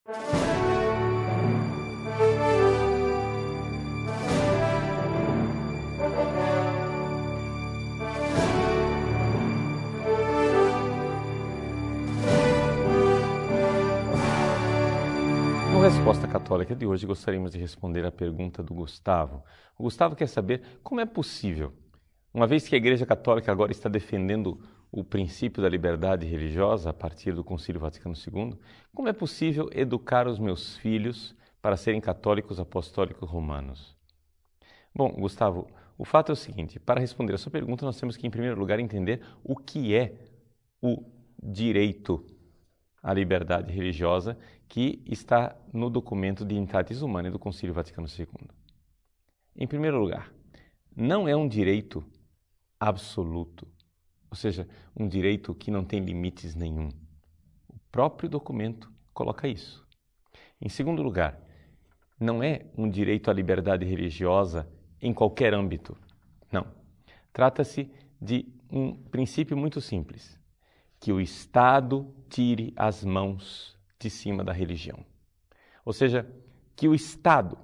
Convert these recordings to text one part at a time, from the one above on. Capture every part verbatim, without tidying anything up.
Na Resposta Católica de hoje, gostaríamos de responder a pergunta do Gustavo. O Gustavo quer saber como é possível, uma vez que a Igreja Católica agora está defendendo o princípio da liberdade religiosa a partir do Concílio Vaticano segundo, como é possível educar os meus filhos para serem católicos apostólicos romanos? Bom, Gustavo, o fato é o seguinte, para responder a sua pergunta, nós temos que, em primeiro lugar, entender o que é o direito à liberdade religiosa que está no documento de Dignitatis Humanae do Concílio Vaticano segundo. Em primeiro lugar, não é um direito absoluto, ou seja, um direito que não tem limites nenhum. O próprio documento coloca isso. Em segundo lugar, não é um direito à liberdade religiosa em qualquer âmbito. Não. Trata-se de um princípio muito simples, que o Estado tire as mãos de cima da religião. Ou seja, que o Estado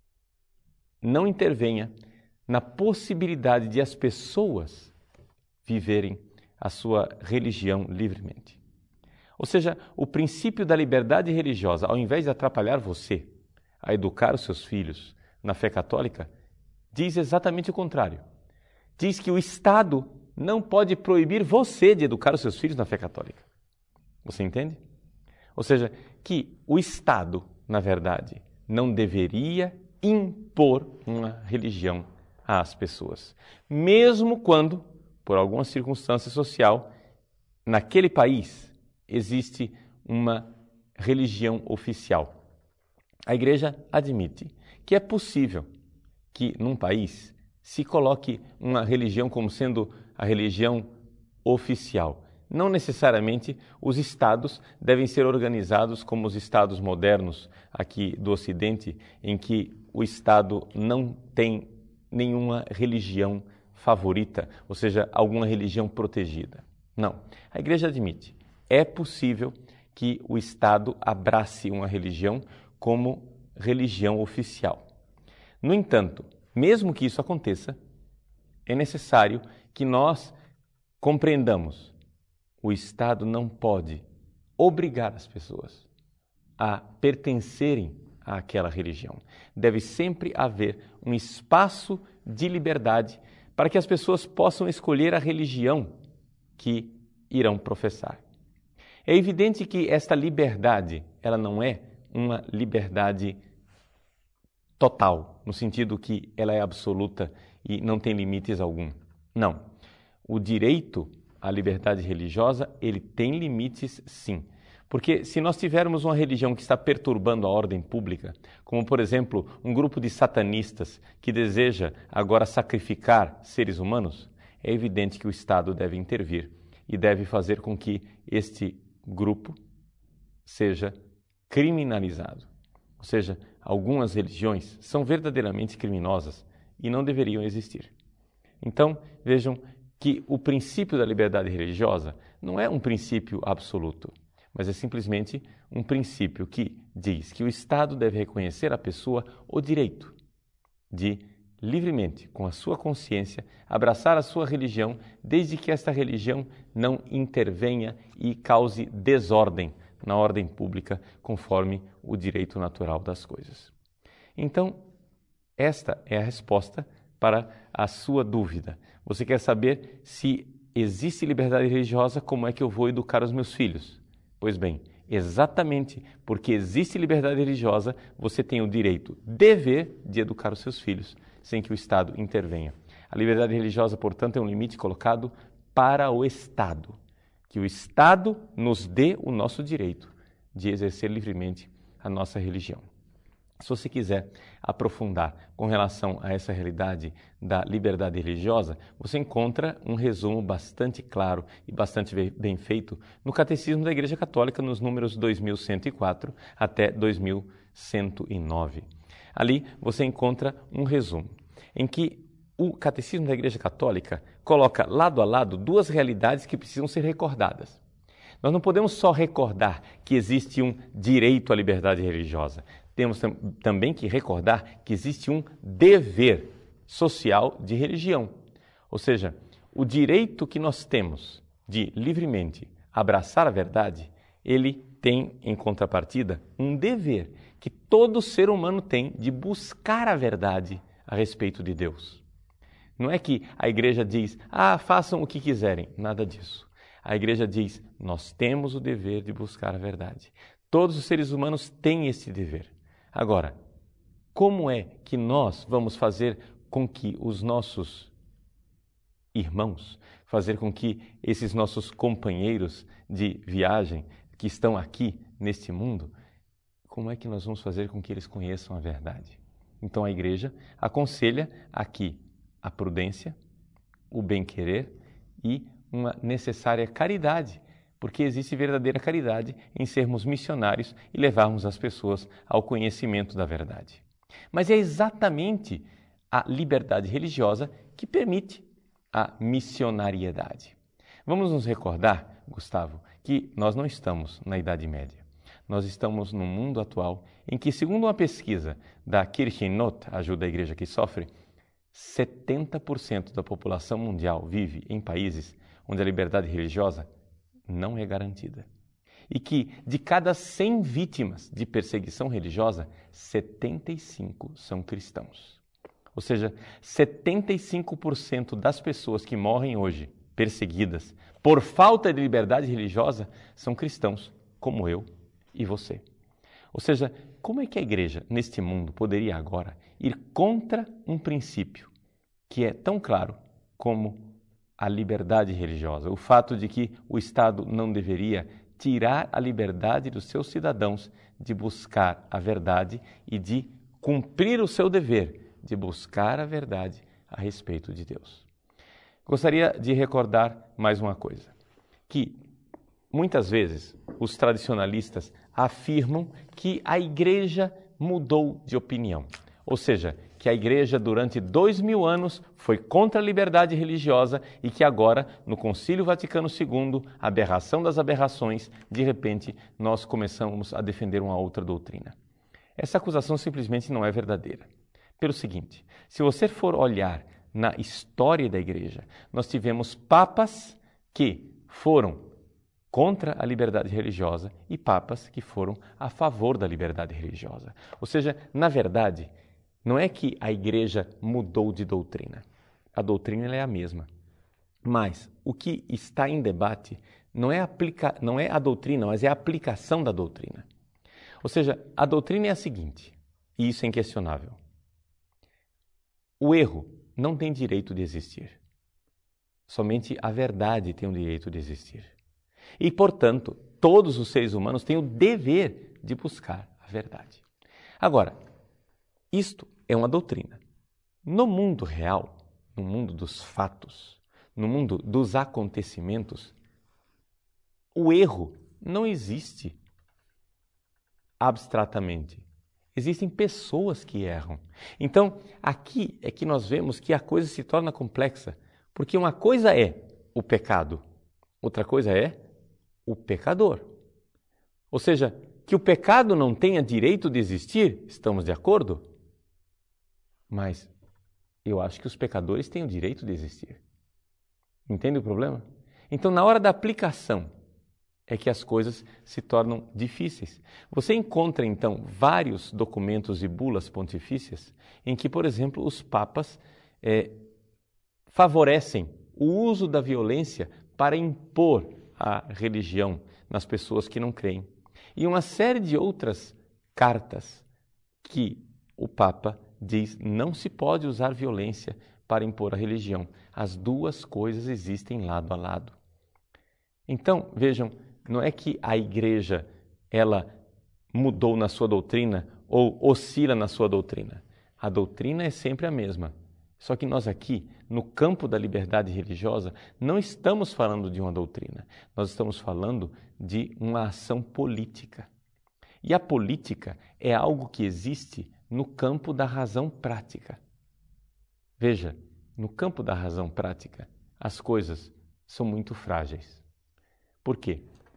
não intervenha na possibilidade de as pessoas viverem a sua religião livremente. Ou seja, o princípio da liberdade religiosa, ao invés de atrapalhar você a educar os seus filhos na fé católica, diz exatamente o contrário. Diz que o Estado não pode proibir você de educar os seus filhos na fé católica. Você entende? Ou seja, que o Estado, na verdade, não deveria impor uma religião às pessoas. Mesmo quando, por alguma circunstância social, naquele país existe uma religião oficial. A Igreja admite que é possível que, num país, se coloque uma religião como sendo a religião oficial. Não necessariamente os estados devem ser organizados como os estados modernos aqui do Ocidente, em que o Estado não tem nenhuma religião favorita, ou seja, alguma religião protegida. Não. A Igreja admite, é possível que o Estado abrace uma religião como religião oficial. No entanto, mesmo que isso aconteça, é necessário que nós compreendamos: o Estado não pode obrigar as pessoas a pertencerem àquela religião. Deve sempre haver um espaço de liberdade para que as pessoas possam escolher a religião que irão professar. É evidente que esta liberdade, ela não é uma liberdade total, no sentido que ela é absoluta e não tem limites algum. Não. O direito à liberdade religiosa, ele tem limites, sim. Porque se nós tivermos uma religião que está perturbando a ordem pública, como, por exemplo, um grupo de satanistas que deseja agora sacrificar seres humanos, é evidente que o Estado deve intervir e deve fazer com que este grupo seja criminalizado. Ou seja, algumas religiões são verdadeiramente criminosas e não deveriam existir. Então, vejam que o princípio da liberdade religiosa não é um princípio absoluto, mas é simplesmente um princípio que diz que o Estado deve reconhecer à pessoa o direito de, livremente, com a sua consciência, abraçar a sua religião, desde que esta religião não intervenha e cause desordem na ordem pública, conforme o direito natural das coisas. Então, esta é a resposta para a sua dúvida. Você quer saber se existe liberdade religiosa, como é que eu vou educar os meus filhos? Pois bem, exatamente porque existe liberdade religiosa, você tem o direito, dever de educar os seus filhos, sem que o Estado intervenha. A liberdade religiosa, portanto, é um limite colocado para o Estado. Que o Estado nos dê o nosso direito de exercer livremente a nossa religião. Se você quiser aprofundar com relação a essa realidade da liberdade religiosa, você encontra um resumo bastante claro e bastante bem feito no Catecismo da Igreja Católica, nos números dois mil cento e quatro até dois mil cento e nove. Ali você encontra um resumo em que o Catecismo da Igreja Católica coloca lado a lado duas realidades que precisam ser recordadas. Nós não podemos só recordar que existe um direito à liberdade religiosa. Temos tam- também que recordar que existe um dever social de religião. Ou seja, o direito que nós temos de livremente abraçar a verdade, ele tem em contrapartida um dever que todo ser humano tem de buscar a verdade a respeito de Deus. Não é que a igreja diz, ah, façam o que quiserem. Nada disso. A igreja diz, nós temos o dever de buscar a verdade. Todos os seres humanos têm esse dever. Agora, como é que nós vamos fazer com que os nossos irmãos, fazer com que esses nossos companheiros de viagem que estão aqui neste mundo, como é que nós vamos fazer com que eles conheçam a verdade? Então a igreja aconselha aqui a prudência, o bem-querer e uma necessária caridade, porque existe verdadeira caridade em sermos missionários e levarmos as pessoas ao conhecimento da verdade. Mas é exatamente a liberdade religiosa que permite a missionariedade. Vamos nos recordar, Gustavo, que nós não estamos na Idade Média. Nós estamos num mundo atual em que, segundo uma pesquisa da Kirchennot, Ajuda à Igreja que Sofre, setenta por cento da população mundial vive em países onde a liberdade religiosa não é garantida. E que, de cada cem vítimas de perseguição religiosa, setenta e cinco são cristãos. Ou seja, setenta e cinco por cento das pessoas que morrem hoje perseguidas por falta de liberdade religiosa são cristãos, como eu e você. Ou seja, como é que a igreja, neste mundo, poderia agora ir contra um princípio que é tão claro como a liberdade religiosa? O fato de que o Estado não deveria tirar a liberdade dos seus cidadãos de buscar a verdade e de cumprir o seu dever de buscar a verdade a respeito de Deus. Gostaria de recordar mais uma coisa, que muitas vezes os tradicionalistas afirmam que a igreja mudou de opinião, ou seja, que a igreja durante dois mil anos foi contra a liberdade religiosa e que agora, no Concílio Vaticano segundo, aberração das aberrações, de repente nós começamos a defender uma outra doutrina. Essa acusação simplesmente não é verdadeira. Pelo seguinte, se você for olhar na história da igreja, nós tivemos papas que foram contra a liberdade religiosa e papas que foram a favor da liberdade religiosa. Ou seja, na verdade, não é que a igreja mudou de doutrina. A doutrina é a mesma. Mas o que está em debate não é, aplica... não é a doutrina, mas é a aplicação da doutrina. Ou seja, a doutrina é a seguinte, e isso é inquestionável. O erro não tem direito de existir. Somente a verdade tem o direito de existir. E, portanto, todos os seres humanos têm o dever de buscar a verdade. Agora, isto é uma doutrina. No mundo real, no mundo dos fatos, no mundo dos acontecimentos, o erro não existe abstratamente. Existem pessoas que erram. Então, aqui é que nós vemos que a coisa se torna complexa, porque uma coisa é o pecado, outra coisa é o pecador. Ou seja, que o pecado não tenha direito de existir, estamos de acordo? Mas eu acho que os pecadores têm o direito de existir. Entende o problema? Então, na hora da aplicação, é que as coisas se tornam difíceis. Você encontra, então, vários documentos e bulas pontifícias em que, por exemplo, os papas é, favorecem o uso da violência para impor a religião nas pessoas que não creem. E uma série de outras cartas que o Papa diz não se pode usar violência para impor a religião. As duas coisas existem lado a lado. Então, vejam, não é que a igreja ela mudou na sua doutrina ou oscila na sua doutrina. A doutrina é sempre a mesma. Só que nós aqui, no campo da liberdade religiosa, não estamos falando de uma doutrina. Nós estamos falando de uma ação política. E a política é algo que existe no campo da razão prática. Veja, no campo da razão prática, as coisas são muito frágeis. Por quê?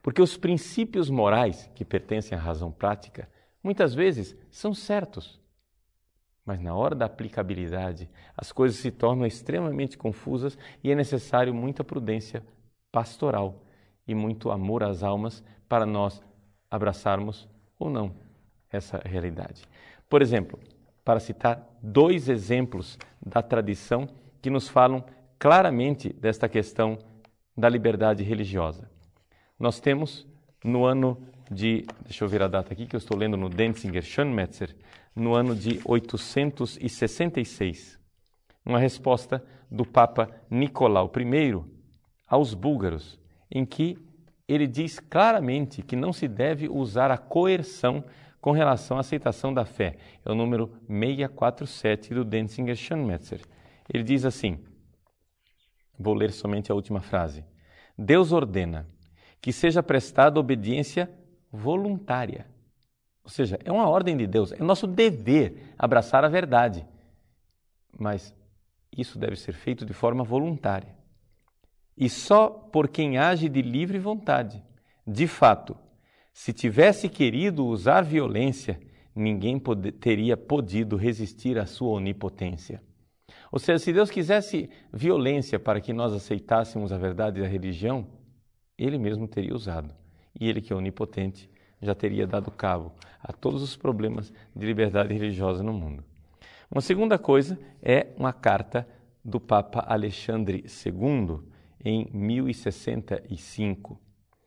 Porque os princípios morais que pertencem à razão prática, muitas vezes, são certos. Mas na hora da aplicabilidade, as coisas se tornam extremamente confusas e é necessário muita prudência pastoral e muito amor às almas para nós abraçarmos ou não essa realidade. Por exemplo, para citar dois exemplos da tradição que nos falam claramente desta questão da liberdade religiosa. Nós temos no ano de, deixa eu ver a data aqui que eu estou lendo no Denzinger Schönmetzer, no ano de oitocentos e sessenta e seis, uma resposta do Papa Nicolau I aos búlgaros, em que ele diz claramente que não se deve usar a coerção com relação à aceitação da fé. É o número seiscentos e quarenta e sete do Denzinger Schönmetzer. Ele diz assim, vou ler somente a última frase. Deus ordena que seja prestada obediência voluntária. Ou seja, é uma ordem de Deus, é nosso dever abraçar a verdade. Mas isso deve ser feito de forma voluntária. E só por quem age de livre vontade. De fato, se tivesse querido usar violência, ninguém pode, teria podido resistir à sua onipotência. Ou seja, se Deus quisesse violência para que nós aceitássemos a verdade da religião, Ele mesmo teria usado. E Ele, que é onipotente, já teria dado cabo a todos os problemas de liberdade religiosa no mundo. Uma segunda coisa é uma carta do Papa Alexandre segundo, em mil e sessenta e cinco.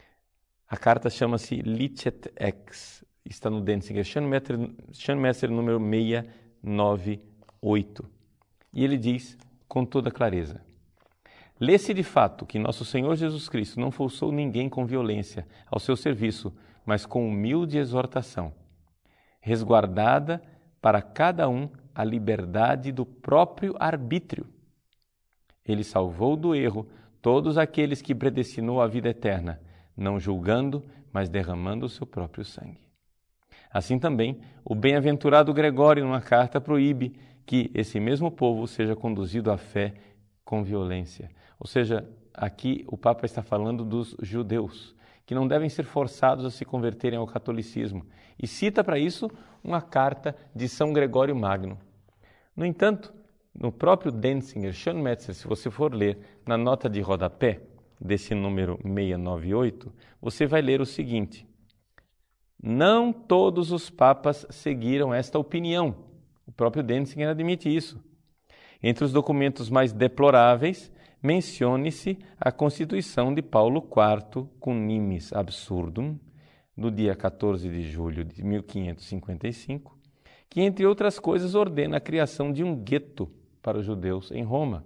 A carta chama-se Licet Ex, está no Denzinger Schönmetzer número seiscentos e noventa e oito. E ele diz com toda clareza, lê-se de fato que nosso Senhor Jesus Cristo não forçou ninguém com violência ao seu serviço, mas com humilde exortação, resguardada para cada um a liberdade do próprio arbítrio. Ele salvou do erro todos aqueles que predestinou à vida eterna, não julgando, mas derramando o seu próprio sangue. Assim também, o bem-aventurado Gregório, numa carta, proíbe que esse mesmo povo seja conduzido à fé com violência. Ou seja, aqui o Papa está falando dos judeus, que não devem ser forçados a se converterem ao catolicismo. E cita para isso uma carta de São Gregório Magno. No entanto, no próprio Denzinger Schönmetzer, se você for ler na nota de rodapé desse número seiscentos e noventa e oito, você vai ler o seguinte: não todos os papas seguiram esta opinião. O próprio Denzinger admite isso. Entre os documentos mais deploráveis, mencione-se a Constituição de Paulo quarto cum nimis absurdum, do dia quatorze de julho de mil quinhentos e cinquenta e cinco, que, entre outras coisas, ordena a criação de um gueto para os judeus em Roma.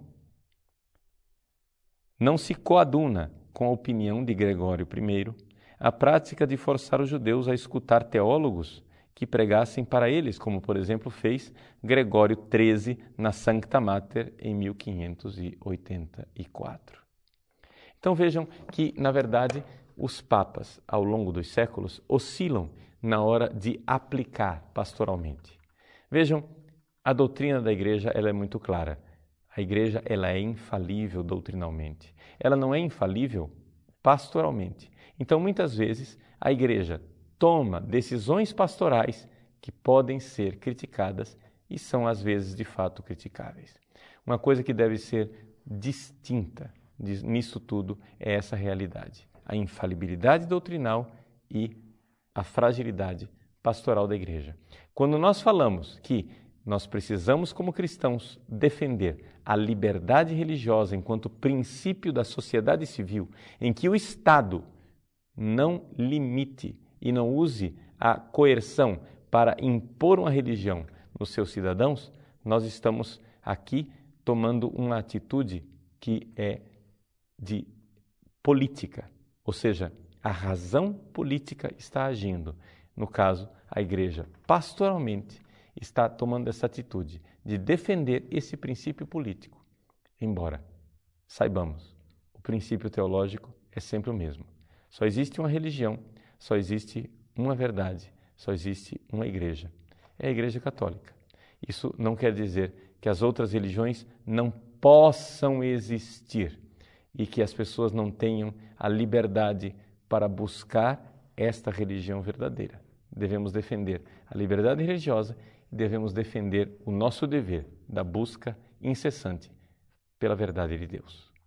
Não se coaduna com a opinião de Gregório I a prática de forçar os judeus a escutar teólogos que pregassem para eles, como, por exemplo, fez Gregório treze na Sancta Mater em mil quinhentos e oitenta e quatro. Então vejam que, na verdade, os papas, ao longo dos séculos, oscilam na hora de aplicar pastoralmente. Vejam, a doutrina da igreja ela é muito clara. A igreja ela é infalível doutrinalmente. Ela não é infalível pastoralmente. Então, muitas vezes, a igreja toma decisões pastorais que podem ser criticadas e são, às vezes, de fato criticáveis. Uma coisa que deve ser distinta nisso tudo é essa realidade. A infalibilidade doutrinal e a fragilidade pastoral da igreja. Quando nós falamos que nós precisamos, como cristãos, defender a liberdade religiosa enquanto princípio da sociedade civil, em que o Estado não limite e não use a coerção para impor uma religião nos seus cidadãos, nós estamos aqui tomando uma atitude que é de política, ou seja, a razão política está agindo. No caso, a igreja, pastoralmente, está tomando essa atitude de defender esse princípio político. Embora saibamos, o princípio teológico é sempre o mesmo. Só existe uma religião, só existe uma verdade, só existe uma igreja. É a Igreja Católica. Isso não quer dizer que as outras religiões não possam existir e que as pessoas não tenham a liberdade para buscar esta religião verdadeira. Devemos defender a liberdade religiosa e devemos defender o nosso dever da busca incessante pela verdade de Deus.